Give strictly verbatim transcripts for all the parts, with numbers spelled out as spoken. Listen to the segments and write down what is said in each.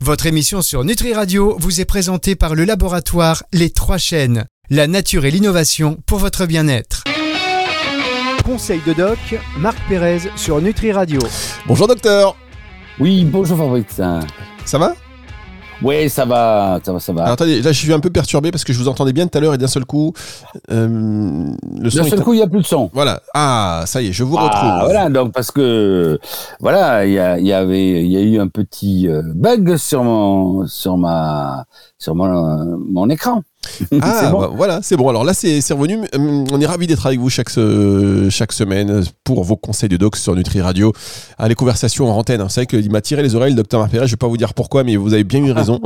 Votre émission sur Nutri Radio vous est présentée par le laboratoire Les Trois Chênes. La nature et l'innovation pour votre bien-être. Conseil de doc, Marc Pérez sur Nutri Radio. Bonjour docteur. Oui, bonjour Fabrice. Ça va ? Oui, ça va, ça va, ça va. Alors, attendez, là je suis un peu perturbé parce que je vous entendais bien tout à l'heure et d'un seul coup, euh, le son. D'un seul est... coup, il n'y a plus de son. Voilà. Ah, ça y est, je vous ah, retrouve. Voilà, donc parce que voilà, il y, a, y avait, il y a eu un petit euh, bug sur mon, sur ma, sur mon, mon écran. Ah, c'est bon. bah, voilà, c'est bon. Alors là, c'est, c'est revenu. On est ravis d'être avec vous chaque, chaque semaine pour vos conseils de doc sur Nutri Radio. Ah, les conversations en antenne. Hein. C'est vrai qu'il m'a tiré les oreilles, le docteur Marc Pérez. Je ne vais pas vous dire pourquoi, mais vous avez bien eu raison.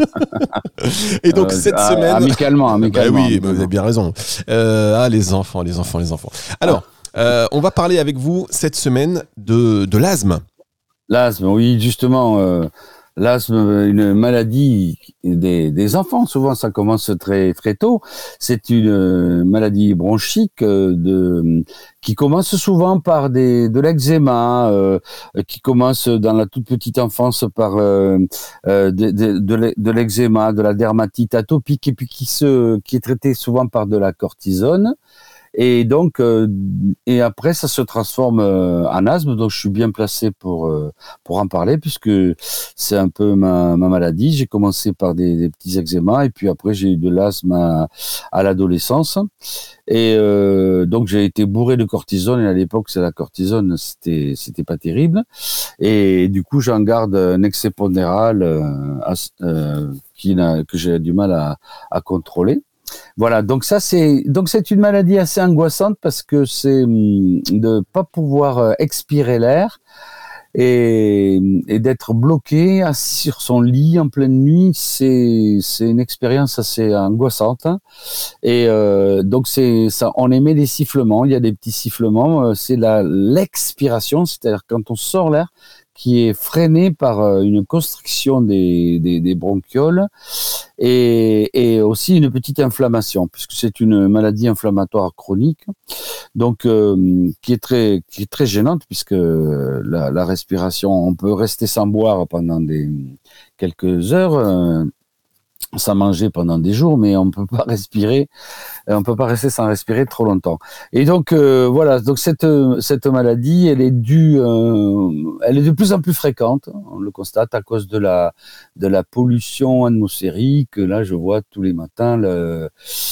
Et donc, euh, cette ah, semaine. Amicalement, amicalement. Bah oui, bah, vous avez bien raison. Euh, ah, les enfants, les enfants, les enfants. Alors, euh, on va parler avec vous cette semaine de, de l'asthme. L'asthme, oui, justement. Euh... L'asthme, une maladie des, des enfants, souvent ça commence très très tôt. C'est une maladie bronchique de qui commence souvent par des de l'eczéma, euh, qui commence dans la toute petite enfance par euh, de, de, de, de l'eczéma, de la dermatite atopique, et puis qui se qui est traité souvent par de la cortisone. Et donc, euh, et après, ça se transforme euh, en asthme. Donc, je suis bien placé pour euh, pour en parler puisque c'est un peu ma, ma maladie. J'ai commencé par des, des petits eczémas et puis après, j'ai eu de l'asthme à, à l'adolescence. Et euh, donc, j'ai été bourré de cortisone. Et à l'époque, c'est la cortisone, c'était c'était pas terrible. Et du coup, j'en garde un excès pondéral euh, euh, qui n'a, que j'ai du mal à, à contrôler. Voilà, donc ça c'est donc c'est une maladie assez angoissante parce que c'est de pas pouvoir expirer l'air et, et d'être bloqué assis sur son lit en pleine nuit, c'est c'est une expérience assez angoissante. Et euh, donc c'est ça, on émet des sifflements, il y a des petits sifflements, c'est la l'expiration, c'est-à-dire quand on sort l'air qui est freiné par une constriction des, des, des bronchioles et, et aussi une petite inflammation, puisque c'est une maladie inflammatoire chronique, donc euh, qui est très qui est très gênante, puisque la, la respiration, on peut rester sans boire pendant des quelques heures, euh, sans manger pendant des jours, mais on peut pas respirer, on peut pas rester sans respirer trop longtemps. Et donc euh, voilà, donc cette cette maladie, elle est due, euh, elle est de plus en plus fréquente. On le constate à cause de la de la pollution atmosphérique. Là, je vois tous les matins le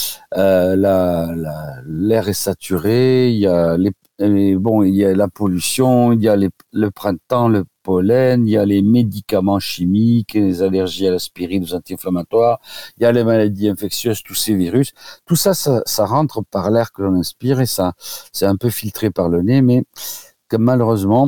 euh, la, la l'air est saturé. Il y a les Et bon, il y a la pollution, il y a les, le printemps, le pollen, il y a les médicaments chimiques, les allergies à l'aspirine, aux anti-inflammatoires, il y a les maladies infectieuses, tous ces virus. Tout ça, ça, ça rentre par l'air que l'on inspire et ça, c'est un peu filtré par le nez, mais que malheureusement,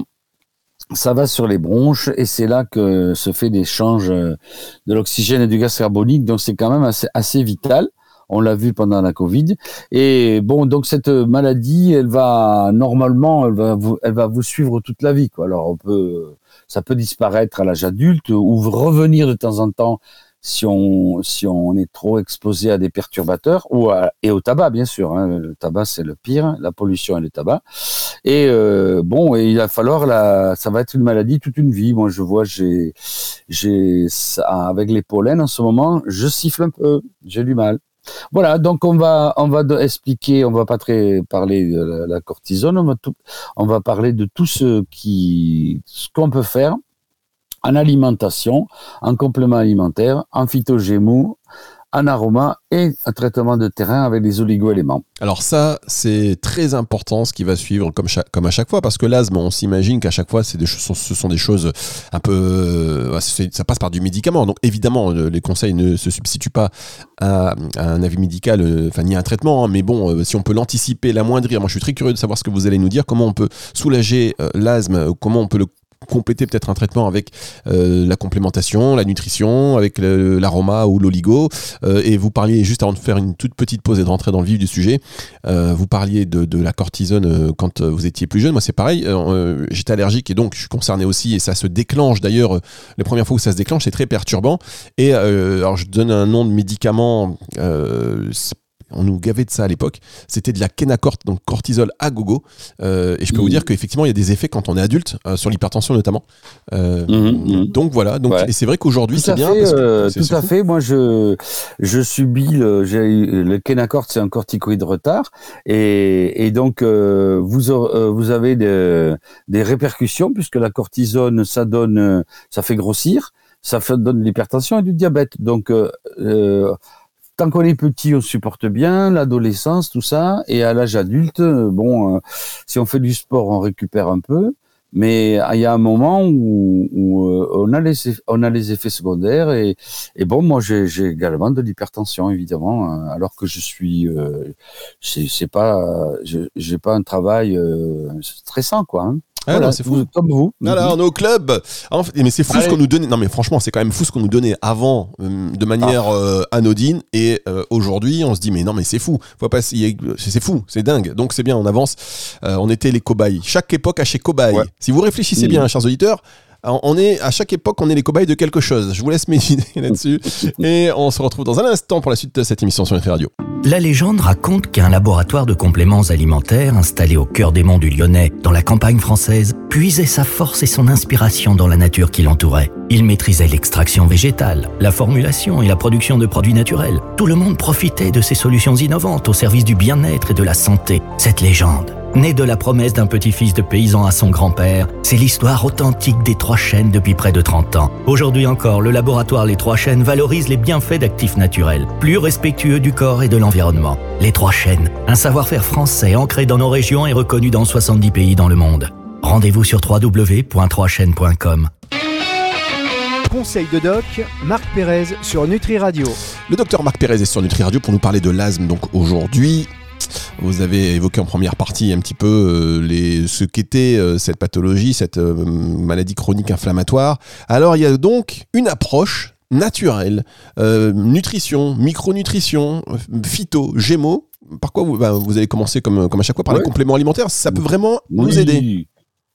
ça va sur les bronches et c'est là que se fait l'échange de l'oxygène et du gaz carbonique, donc c'est quand même assez, assez vital. On l'a vu pendant la Covid. Et bon, donc cette maladie, elle va normalement, elle va vous, elle va vous suivre toute la vie, quoi. Alors on peut, ça peut disparaître à l'âge adulte ou revenir de temps en temps si on si on est trop exposé à des perturbateurs ou à, et au tabac, bien sûr. Hein. Le tabac, c'est le pire, la pollution et le tabac. Et euh, bon, et il va falloir la, ça va être une maladie toute une vie. Moi, je vois, j'ai j'ai ça, avec les pollens en ce moment, je siffle un peu, j'ai du mal. Voilà, donc on va on va expliquer, on va pas très parler de la, la cortisone, on va tout, on va parler de tout ce qui ce qu'on peut faire en alimentation, en complément alimentaire, en phytogémaux, en aroma et un traitement de terrain avec les oligo-éléments. Alors ça, c'est très important ce qui va suivre comme, chaque, comme à chaque fois, parce que l'asthme, on s'imagine qu'à chaque fois, c'est des choses, ce sont des choses un peu... Euh, ça passe par du médicament. Donc évidemment, les conseils ne se substituent pas à, à un avis médical, euh, enfin ni à un traitement, hein, mais bon, euh, si on peut l'anticiper, l'amoindrir, moi je suis très curieux de savoir ce que vous allez nous dire, comment on peut soulager euh, l'asthme, comment on peut le compléter peut-être un traitement avec euh, la complémentation, la nutrition, avec le, l'aroma ou l'oligo. Euh, et vous parliez, juste avant de faire une toute petite pause et de rentrer dans le vif du sujet, euh, vous parliez de, de la cortisone euh, quand vous étiez plus jeune. Moi, c'est pareil. Euh, j'étais allergique et donc je suis concerné aussi. Et ça se déclenche. D'ailleurs, euh, les premières fois où ça se déclenche, c'est très perturbant. Et euh, alors, je donne un nom de médicament. Euh, on nous gavait de ça à l'époque. C'était de la Kenacort, donc cortisol à gogo. Euh, et je peux mmh. vous dire qu'effectivement, il y a des effets quand on est adulte, euh, sur l'hypertension notamment. Euh, mmh. Donc voilà. Donc, ouais. Et c'est vrai qu'aujourd'hui, tout c'est bien. Fait, parce que euh, c'est, tout c'est à fou. fait. Moi, je, je subis le, j'ai, le Kenacort, c'est un corticoïde retard. Et, et donc, euh, vous, euh, vous avez des, des répercussions puisque la cortisone, ça donne, ça fait grossir. Ça fait, donne de l'hypertension et du diabète. Donc, euh, euh, tant qu'on est petit, on supporte bien l'adolescence, tout ça. Et à l'âge adulte, bon, euh, si on fait du sport, on récupère un peu. Mais il y a un moment où, où euh, on a les on a les effets secondaires et, et bon, moi j'ai, j'ai également de l'hypertension évidemment, hein, alors que je suis, euh, c'est, c'est pas, je, j'ai pas un travail euh, stressant quoi. Hein. Ah voilà, non, c'est fou. Comme vous. Voilà, on est au club. En fait, mais c'est fou Allez. ce qu'on nous donnait. Non, mais franchement, c'est quand même fou ce qu'on nous donnait avant, euh, de manière ah. euh, anodine. Et euh, aujourd'hui, on se dit, mais non, mais c'est fou. Faut pas, c'est, c'est fou, c'est dingue. Donc c'est bien, on avance. Euh, on était les cobayes. Chaque époque a ses cobayes. Ouais. Si vous réfléchissez mmh. bien, chers auditeurs, on est à chaque époque, on est les cobayes de quelque chose. Je vous laisse méditer là-dessus. Et on se retrouve dans un instant pour la suite de cette émission sur Nutri Radio. La légende raconte qu'un laboratoire de compléments alimentaires installé au cœur des monts du Lyonnais, dans la campagne française, puisait sa force et son inspiration dans la nature qui l'entourait. Il maîtrisait l'extraction végétale, la formulation et la production de produits naturels. Tout le monde profitait de ces solutions innovantes au service du bien-être et de la santé. Cette légende, née de la promesse d'un petit-fils de paysan à son grand-père, c'est l'histoire authentique des Trois Chênes depuis près de trente ans. Aujourd'hui encore, le laboratoire Les Trois Chênes valorise les bienfaits d'actifs naturels, plus respectueux du corps et de l'environnement. Les Trois Chênes, un savoir-faire français ancré dans nos régions et reconnu dans soixante-dix pays dans le monde. Rendez-vous sur w w w point trois chaînes point com. Conseil de doc, Marc Pérez sur Nutri Radio. Le docteur Marc Pérez est sur Nutri Radio pour nous parler de l'asthme. Donc aujourd'hui, vous avez évoqué en première partie un petit peu euh, les, ce qu'était euh, cette pathologie, cette euh, maladie chronique inflammatoire. Alors il y a donc une approche naturelle, euh, nutrition, micronutrition, phyto, gémeaux. Par quoi vous, bah, vous allez commencer comme, comme à chaque fois par ouais. les compléments alimentaires. Ça peut vraiment oui. nous aider.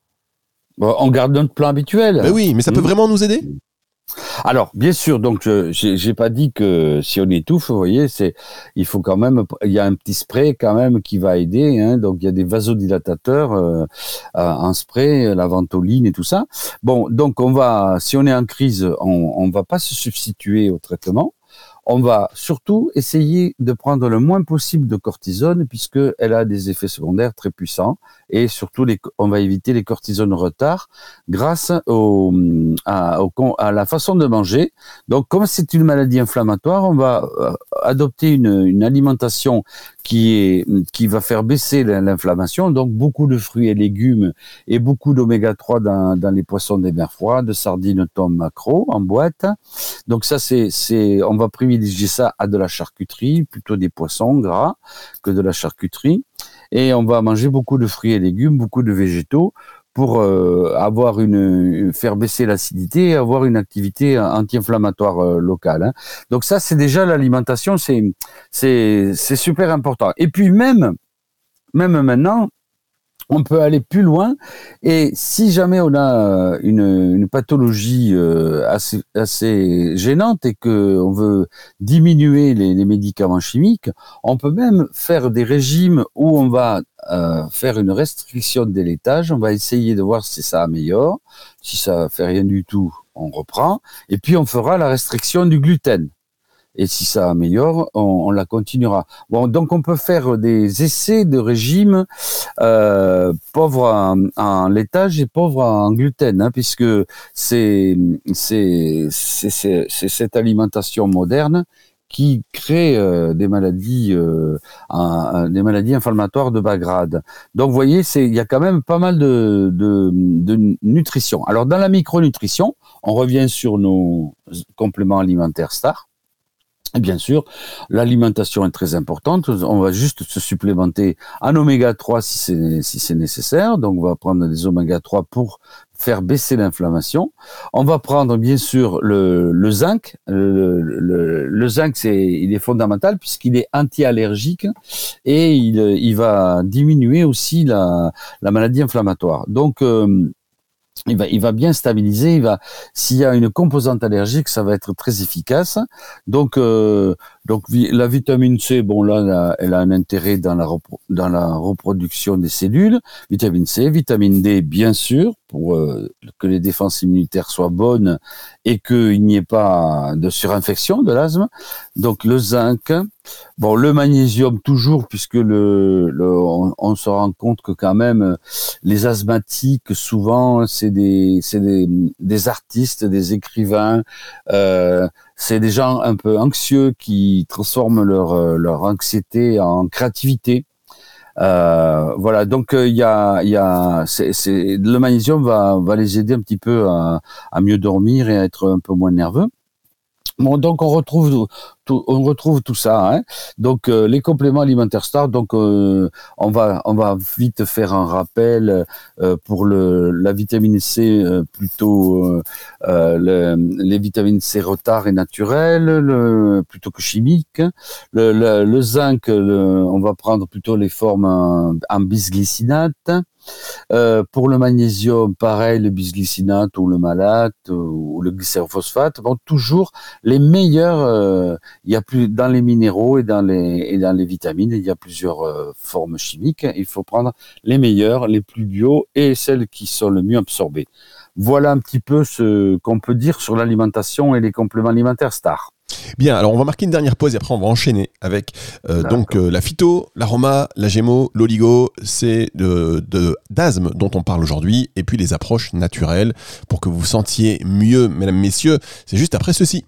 Bon, on garde notre plan habituel. Ben oui, mais ça peut mmh. vraiment nous aider. Alors, bien sûr, donc je j'ai, j'ai pas dit que si on étouffe, vous voyez, c'est il faut quand même, il y a un petit spray quand même qui va aider. Hein, donc il y a des vasodilatateurs euh, en spray, la ventoline et tout ça. Bon, donc on va, si on est en crise, on on va pas se substituer au traitement. On va surtout essayer de prendre le moins possible de cortisone puisque elle a des effets secondaires très puissants et surtout les, on va éviter les cortisones retard grâce au, à, au, à la façon de manger. Donc comme c'est une maladie inflammatoire, on va adopter une, une alimentation qui est qui va faire baisser l'inflammation. Donc beaucoup de fruits et légumes et beaucoup d'oméga trois dans, dans les poissons des mers froides, sardines, thon, maquereaux en boîte. Donc ça c'est c'est on va privilégier ça à de la charcuterie, plutôt des poissons gras que de la charcuterie. Et on va manger beaucoup de fruits et légumes, beaucoup de végétaux pour euh, avoir une faire baisser l'acidité et avoir une activité anti-inflammatoire euh, locale. Hein. Donc ça c'est déjà l'alimentation, c'est c'est c'est super important. Et puis même même maintenant, on peut aller plus loin et si jamais on a une, une pathologie euh, assez, assez gênante et que on veut diminuer les, les médicaments chimiques, on peut même faire des régimes où on va euh, faire une restriction des laitages. On va essayer de voir si ça améliore. Si ça fait rien du tout, on reprend et puis on fera la restriction du gluten. Et si ça améliore, on, on la continuera. Bon, donc on peut faire des essais de régime euh, pauvre en, en laitage et pauvre en gluten, hein, puisque c'est c'est, c'est c'est c'est cette alimentation moderne qui crée euh, des maladies euh, un, des maladies inflammatoires de bas grade. Donc vous voyez, c'est il y a quand même pas mal de de, de nutrition. Alors dans la micronutrition, on revient sur nos compléments alimentaires stars. Et bien sûr, l'alimentation est très importante. On va juste se supplémenter en oméga trois si c'est, si c'est nécessaire. Donc, on va prendre des oméga trois pour faire baisser l'inflammation. On va prendre, bien sûr, le, le zinc. Le, le, le zinc, c'est, il est fondamental puisqu'il est anti-allergique et il, il va diminuer aussi la, la maladie inflammatoire. Donc, euh, Il va, il va bien stabiliser. Il va, s'il y a une composante allergique, ça va être très efficace. Donc, euh, Donc la vitamine C, bon là, elle a un intérêt dans la repro- dans la reproduction des cellules. Vitamine C, vitamine D, bien sûr, pour euh, que les défenses immunitaires soient bonnes et qu'il n'y ait pas de surinfection de l'asthme. Donc le zinc, bon le magnésium toujours, puisque le, le on, on se rend compte que quand même les asthmatiques souvent c'est des c'est des, des artistes, des écrivains. Euh, C'est des gens un peu anxieux qui transforment leur leur anxiété en créativité. Euh, voilà, donc il euh, y a il y a c'est, c'est le magnésium va va les aider un petit peu à, à mieux dormir et à être un peu moins nerveux. Bon, donc on retrouve tout, on retrouve tout ça. Hein. Donc euh, les compléments alimentaires stars. Donc euh, on va on va vite faire un rappel euh, pour le la vitamine C euh, plutôt euh, euh, le, les vitamines C retard et naturelles, le, plutôt que chimiques. Le, le, le zinc, le, on va prendre plutôt les formes en, en bisglycinate. Euh, pour le magnésium, pareil, le bisglycinate ou le malate ou, ou le glycérophosphate. Bon, toujours les meilleurs. Euh, il y a plus dans les minéraux et dans les et dans les vitamines, il y a plusieurs euh, formes chimiques. Il faut prendre les meilleurs, les plus bio et celles qui sont le mieux absorbées. Voilà un petit peu ce qu'on peut dire sur l'alimentation et les compléments alimentaires stars. Bien, alors on va marquer une dernière pause et après on va enchaîner avec euh, donc euh, la phyto, l'aroma, la gémo, l'oligo, c'est de, de, d'asthme dont on parle aujourd'hui et puis les approches naturelles pour que vous vous sentiez mieux, mesdames, messieurs, c'est juste après ceci.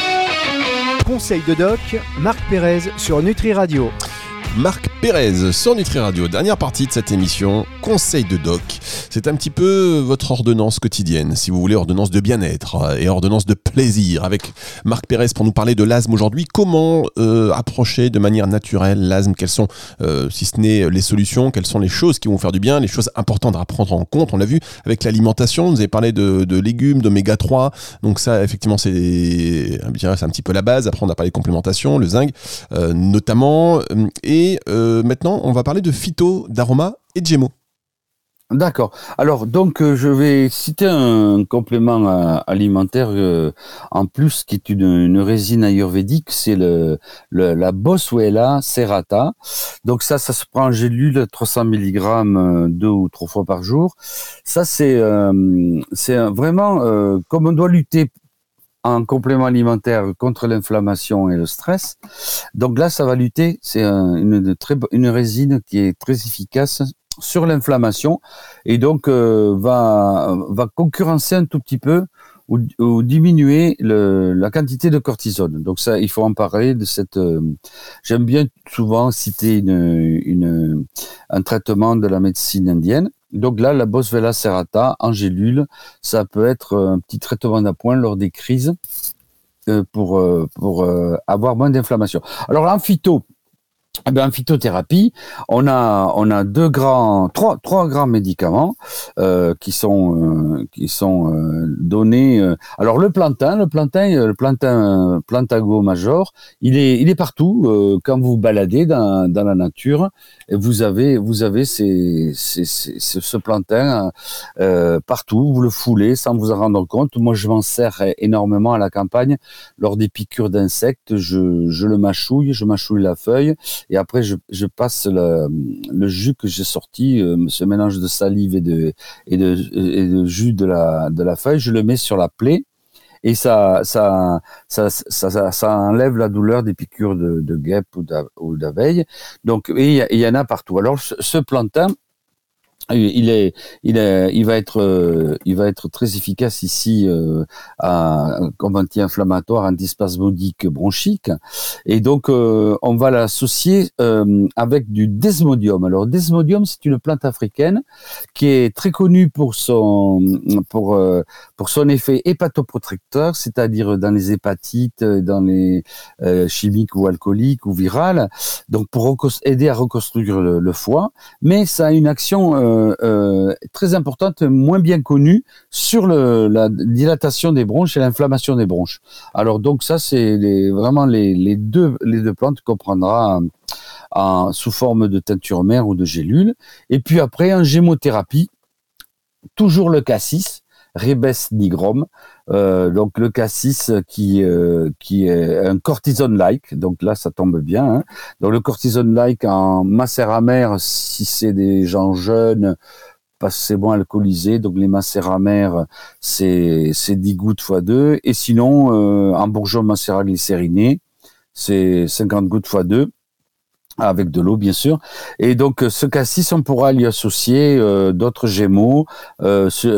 Conseil de doc, Marc Pérez sur Nutri Radio. Marc Pérez sur Nutri Radio, dernière partie de cette émission, conseil de doc. C'est un petit peu votre ordonnance quotidienne, si vous voulez, ordonnance de bien-être et ordonnance de plaisir avec Marc Pérez pour nous parler de l'asthme aujourd'hui. Comment euh, approcher de manière naturelle l'asthme? Quelles sont, euh, si ce n'est les solutions, quelles sont les choses qui vont faire du bien, les choses importantes à prendre en compte? On l'a vu avec l'alimentation, vous avez parlé de, de légumes, d'oméga trois, donc ça effectivement c'est, c'est un petit peu la base. Après on a parlé de complémentation, le zinc euh, notamment, et Et euh, maintenant, on va parler de phyto, d'aroma et de gémeaux. D'accord. Alors, donc, euh, je vais citer un complément euh, alimentaire euh, en plus qui est une, une résine ayurvédique, c'est le, le la Boswellia serrata. Donc ça, ça se prend en gélule, trois cents milligrammes euh, deux ou trois fois par jour. Ça, c'est euh, c'est vraiment euh, comme on doit lutter en complément alimentaire contre l'inflammation et le stress. Donc là, ça va lutter. C'est une, une, très, une résine qui est très efficace sur l'inflammation et donc euh, va, va concurrencer un tout petit peu ou, ou diminuer le, la quantité de cortisone. Donc ça, il faut en parler de cette. Euh, j'aime bien souvent citer une, une, un traitement de la médecine indienne. Donc là, la Boswellia serrata en gélule, ça peut être un petit traitement d'appoint lors des crises euh, pour euh, pour euh, avoir moins d'inflammation. Alors en phyto, eh bien, en phytothérapie, on a on a deux grands trois trois grands médicaments euh, qui sont euh, qui sont euh, donnés. Euh, alors le plantain, le plantain, le plantain Plantago major, il est il est partout euh, quand vous baladez dans dans la nature. Et vous avez vous avez ces, ces, ces, ce plantain euh, partout. Vous le foulez sans vous en rendre compte. Moi, je m'en sers énormément à la campagne lors des piqûres d'insectes. Je je le mâchouille, je mâchouille la feuille. Et après, je, je passe le, le jus que j'ai sorti, euh, ce mélange de salive et de, et de, et de jus de la, de la feuille, je le mets sur la plaie et ça, ça, ça, ça, ça, ça enlève la douleur des piqûres de, de guêpes ou d'abeilles. Donc, et il y en a partout. Alors, ce, ce plantain, il est, il est, il va être, euh, il va être très efficace ici euh, à, comme anti-inflammatoire, antispasmodique, bronchique, et donc euh, on va l'associer euh, avec du desmodium. Alors desmodium, c'est une plante africaine qui est très connue pour son, pour euh, pour son effet hépatoprotecteur, c'est-à-dire dans les hépatites, dans les euh, chimiques ou alcooliques ou virales. Donc pour aider à reconstruire le, le foie, mais ça a une action euh, Euh, euh, très importante, moins bien connue, sur le, la dilatation des bronches et l'inflammation des bronches. Alors donc ça, c'est les, vraiment les, les, deux, les deux plantes qu'on prendra en, en, sous forme de teinture mère ou de gélule. Et puis après, en gémothérapie, toujours le cassis. ribes nigrum. Euh, donc le cassis qui euh, qui est un cortisone-like, donc là ça tombe bien. Hein. Donc le cortisone-like en macérat-mère, si c'est des gens jeunes, parce que c'est bon alcoolisé, donc les macérat-mère c'est c'est dix gouttes fois deux, et sinon euh, en bourgeon macérat glycériné c'est cinquante gouttes fois deux. Avec de l'eau, bien sûr. Et donc, ce cassis, on pourra lui associer euh, d'autres gémeaux. Euh, ce,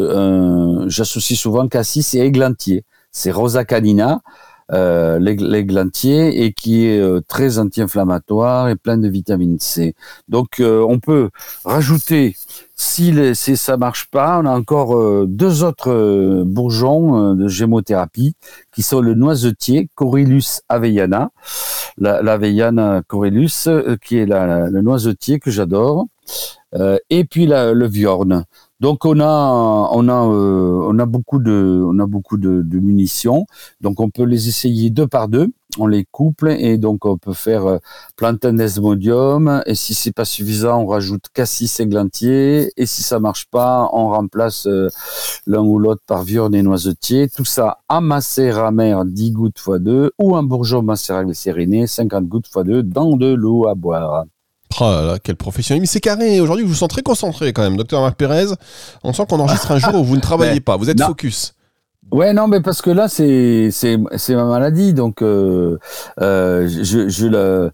euh, j'associe souvent cassis et églantier. C'est Rosa canina, euh, l'églantier, et qui est euh, très anti-inflammatoire et plein de vitamine C. Donc, euh, on peut rajouter, si, les, si ça marche pas, on a encore euh, deux autres euh, bourgeons euh, de gémothérapie, qui sont le noisetier, Corylus avellana, la, l'Avellana Corylus, euh, qui est la, la, le noisetier que j'adore, euh, et puis la, le viorne. Donc on a on a euh, on a beaucoup de on a beaucoup de, de munitions. Donc on peut les essayer deux par deux. On les couple et donc on peut faire euh, plantain desmodium. Et si c'est pas suffisant, on rajoute cassis églantier. Et si ça marche pas, on remplace euh, l'un ou l'autre par viorne et noisetier. Tout ça en macérat-mère dix gouttes fois deux ou en bourgeon macérat glycériné cinquante gouttes fois deux dans de l'eau à boire. Oh là là, quel professionnel. Mais c'est carré. Aujourd'hui, je vous sens très concentré quand même, docteur Marc Pérez. On sent qu'on enregistre un jour où vous ne travaillez pas. Vous êtes non. focus. Ouais, non, mais parce que là, c'est c'est c'est ma maladie, donc euh, euh, je je le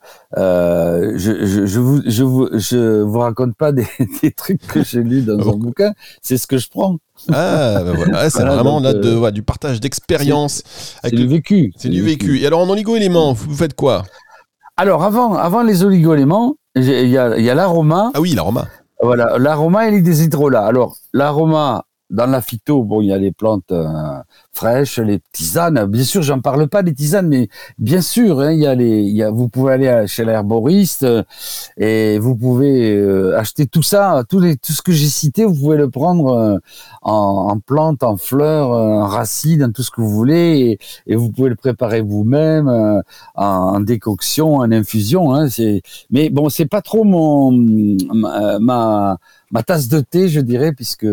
euh, je, je je vous je vous je vous raconte pas des, des trucs que j'ai lus dans un bouquin. C'est ce que je prends. Ah, bah voilà. Ah, c'est voilà, vraiment donc, là de euh, ouais, du partage d'expérience. C'est, c'est du vécu. C'est, c'est du vécu. vécu. Et alors en oligo-éléments, vous faites quoi? Alors avant avant les oligo-éléments, il y a il y a l'aroma. Ah oui, l'aroma. Voilà, l'aroma et les déshydrolats. Alors l'aroma. Dans la phyto, bon, il y a les plantes euh, fraîches, les tisanes. Bien sûr, j'en parle pas des tisanes, mais bien sûr, hein, il y a les, il y a, vous pouvez aller chez l'herboriste euh, et vous pouvez euh, acheter tout ça, tout, les, tout ce que j'ai cité, vous pouvez le prendre euh, en, en plantes, en fleurs, en racines, en tout ce que vous voulez, et, et vous pouvez le préparer vous-même euh, en, en décoction, en infusion. Hein, c'est, mais bon, c'est pas trop mon ma, ma ma tasse de thé, je dirais, puisque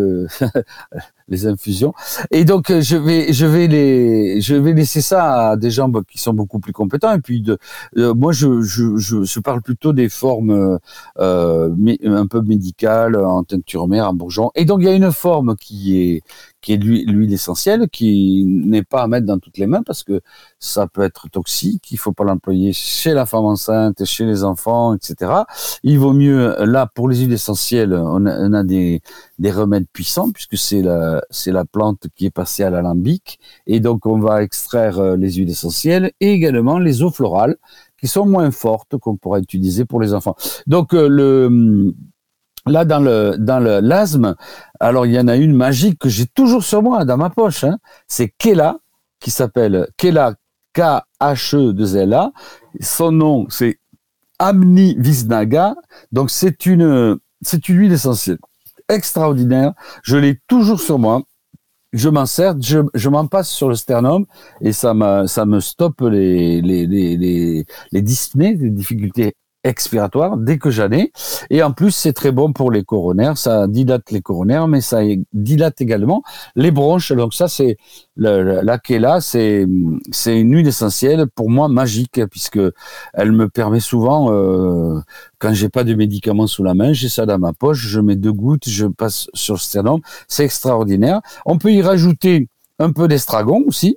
les infusions. Et donc je vais je vais les je vais laisser ça à des gens qui sont beaucoup plus compétents. Et puis de euh, moi je, je je je parle plutôt des formes euh, un peu médicales en teinture mère, en bourgeon. Et donc il y a une forme qui est qui est l'huile, l'huile essentielle, qui n'est pas à mettre dans toutes les mains parce que ça peut être toxique. Il faut pas l'employer chez la femme enceinte, chez les enfants, et cetera. Il vaut mieux là pour les huiles essentielles, on a, on a des des remèdes puissants puisque c'est la c'est la plante qui est passée à l'alambic et donc on va extraire les huiles essentielles et également les eaux florales qui sont moins fortes qu'on pourrait utiliser pour les enfants. Donc le Là, dans le dans le l'asthme, alors il y en a une magique que j'ai toujours sur moi, dans ma poche. Hein. C'est Kela, qui s'appelle Kela, K H E deux L A. Son nom, c'est Amni Visnaga. Donc c'est une c'est une huile essentielle extraordinaire. Je l'ai toujours sur moi. Je m'en sers, je, je m'en passe sur le sternum et ça me ça me stoppe les les les les, les dyspnées, les difficultés expiratoire dès que j'en ai, et en plus c'est très bon pour les coronaires, ça dilate les coronaires, mais ça dilate également les bronches. Donc ça c'est le, la Kela, c'est c'est une huile essentielle pour moi magique puisque elle me permet souvent euh, quand j'ai pas de médicaments sous la main, j'ai ça dans ma poche, je mets deux gouttes, je passe sur le sternum, c'est extraordinaire. On peut y rajouter un peu d'estragon aussi.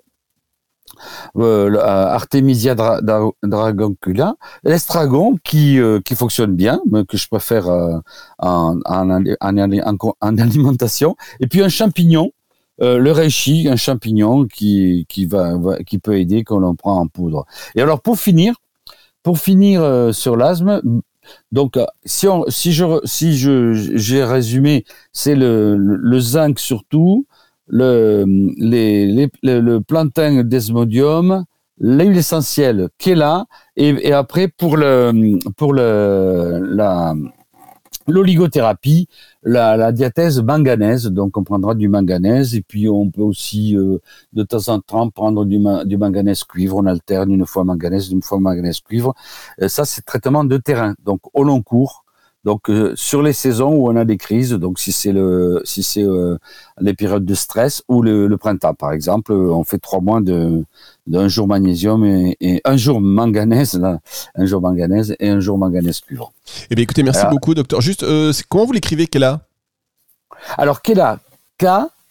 Euh, Artemisia dra, dra, dragoncula, l'estragon qui euh, qui fonctionne bien, mais que je préfère euh, en, en, en, en, en alimentation, et puis un champignon, euh, le reishi, un champignon qui qui va, va qui peut aider quand on prend en poudre. Et alors pour finir, pour finir euh, sur l'asthme. Donc, si on, si je, si je, j'ai résumé, c'est le, le, le zinc surtout, le, les, les, le, le plantain desmodium, l'huile essentielle Kela, et, et après pour le, pour le, la, l'oligothérapie, la, la diathèse manganèse, donc on prendra du manganèse, et puis on peut aussi euh, de temps en temps prendre du, ma, du manganèse cuivre, on alterne une fois manganèse, une fois manganèse cuivre. Euh, ça c'est traitement de terrain, donc au long cours, Donc euh, sur les saisons où on a des crises, donc si c'est le si c'est euh, les périodes de stress ou le, le printemps par exemple, on fait trois mois de d'un jour magnésium et, et un jour manganèse, là, un jour manganèse et un jour manganèse cuivre. Eh bien écoutez, merci Alors, beaucoup docteur. Juste, euh, comment vous l'écrivez Kela? Alors Kela, K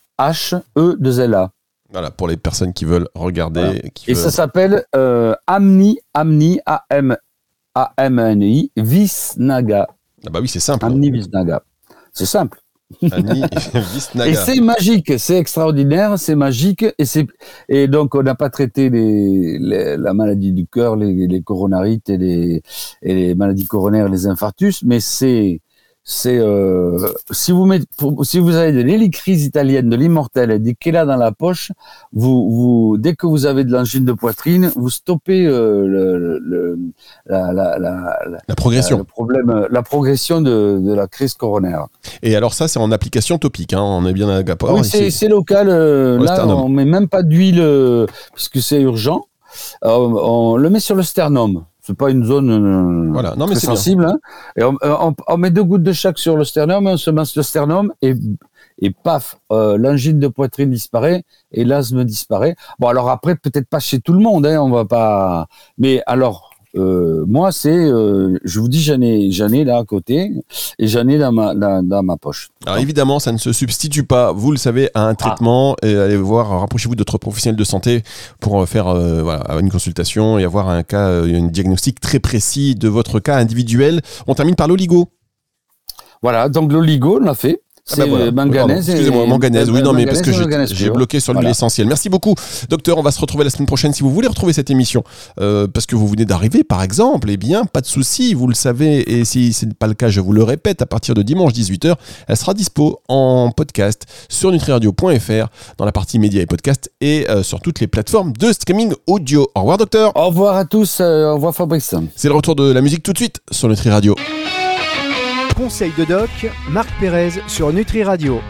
H E deux L A. Voilà, pour les personnes qui veulent regarder. Voilà. Qui et veulent... ça s'appelle euh, Amni, Amni, A M A M N I, Visnaga. Ah bah oui, c'est simple. Amni Visnaga. C'est simple. Amni Visnaga. Et c'est magique, c'est extraordinaire, c'est magique. Et, c'est, et donc, on n'a pas traité les, les, la maladie du cœur, les, les coronarites et les, et les maladies coronaires, les infarctus, mais c'est... C'est euh, si vous mettez, pour, si vous avez de l'hélicrise italienne, de l'immortel et du Kela dans la poche, vous, vous, dès que vous avez de l'angine de poitrine, vous stoppez euh, le, le, la, la, la, la progression, la, le problème, la progression de, de la crise coronaire. Et alors ça, c'est en application topique, hein, on est bien à Gapor. Oui, c'est, c'est local. Euh, là, sternum. On met même pas d'huile euh, puisque c'est urgent. Euh, on le met sur le sternum. C'est pas une zone euh, voilà. Non, mais très c'est sensible. Hein. Et on, on, on met deux gouttes de chaque sur le sternum, on se masse le sternum et, et paf, euh, l'angine de poitrine disparaît et l'asthme disparaît. Bon, alors après, peut-être pas chez tout le monde, hein, on va pas. Mais alors, euh, moi, c'est, euh, je vous dis, j'en ai, j'en ai là à côté et j'en ai dans ma, dans, dans ma poche. Alors évidemment, ça ne se substitue pas, vous le savez, à un traitement. Ah. Et allez voir, rapprochez-vous d'autres professionnels de santé pour faire euh, voilà, une consultation et avoir un cas, un diagnostic très précis de votre cas individuel. On termine par l'oligo. Voilà, donc l'oligo, on l'a fait. C'est ah ben voilà. manganèse. Pardon, excusez-moi, manganèse, oui, non, mais parce que j'ai, j'ai bloqué sur voilà. l'essentiel. Merci beaucoup, docteur. On va se retrouver la semaine prochaine. Si vous voulez retrouver cette émission, euh, parce que vous venez d'arriver, par exemple, eh bien, pas de souci, vous le savez. Et si ce n'est pas le cas, je vous le répète, à partir de dimanche dix-huit heures, elle sera dispo en podcast sur nutriradio point f r, dans la partie médias et podcasts, et euh, sur toutes les plateformes de streaming audio. Au revoir, docteur. Au revoir à tous. Euh, au revoir, Fabrice. C'est le retour de la musique tout de suite sur Nutri Radio. Conseil de doc, Marc Pérez sur Nutri Radio.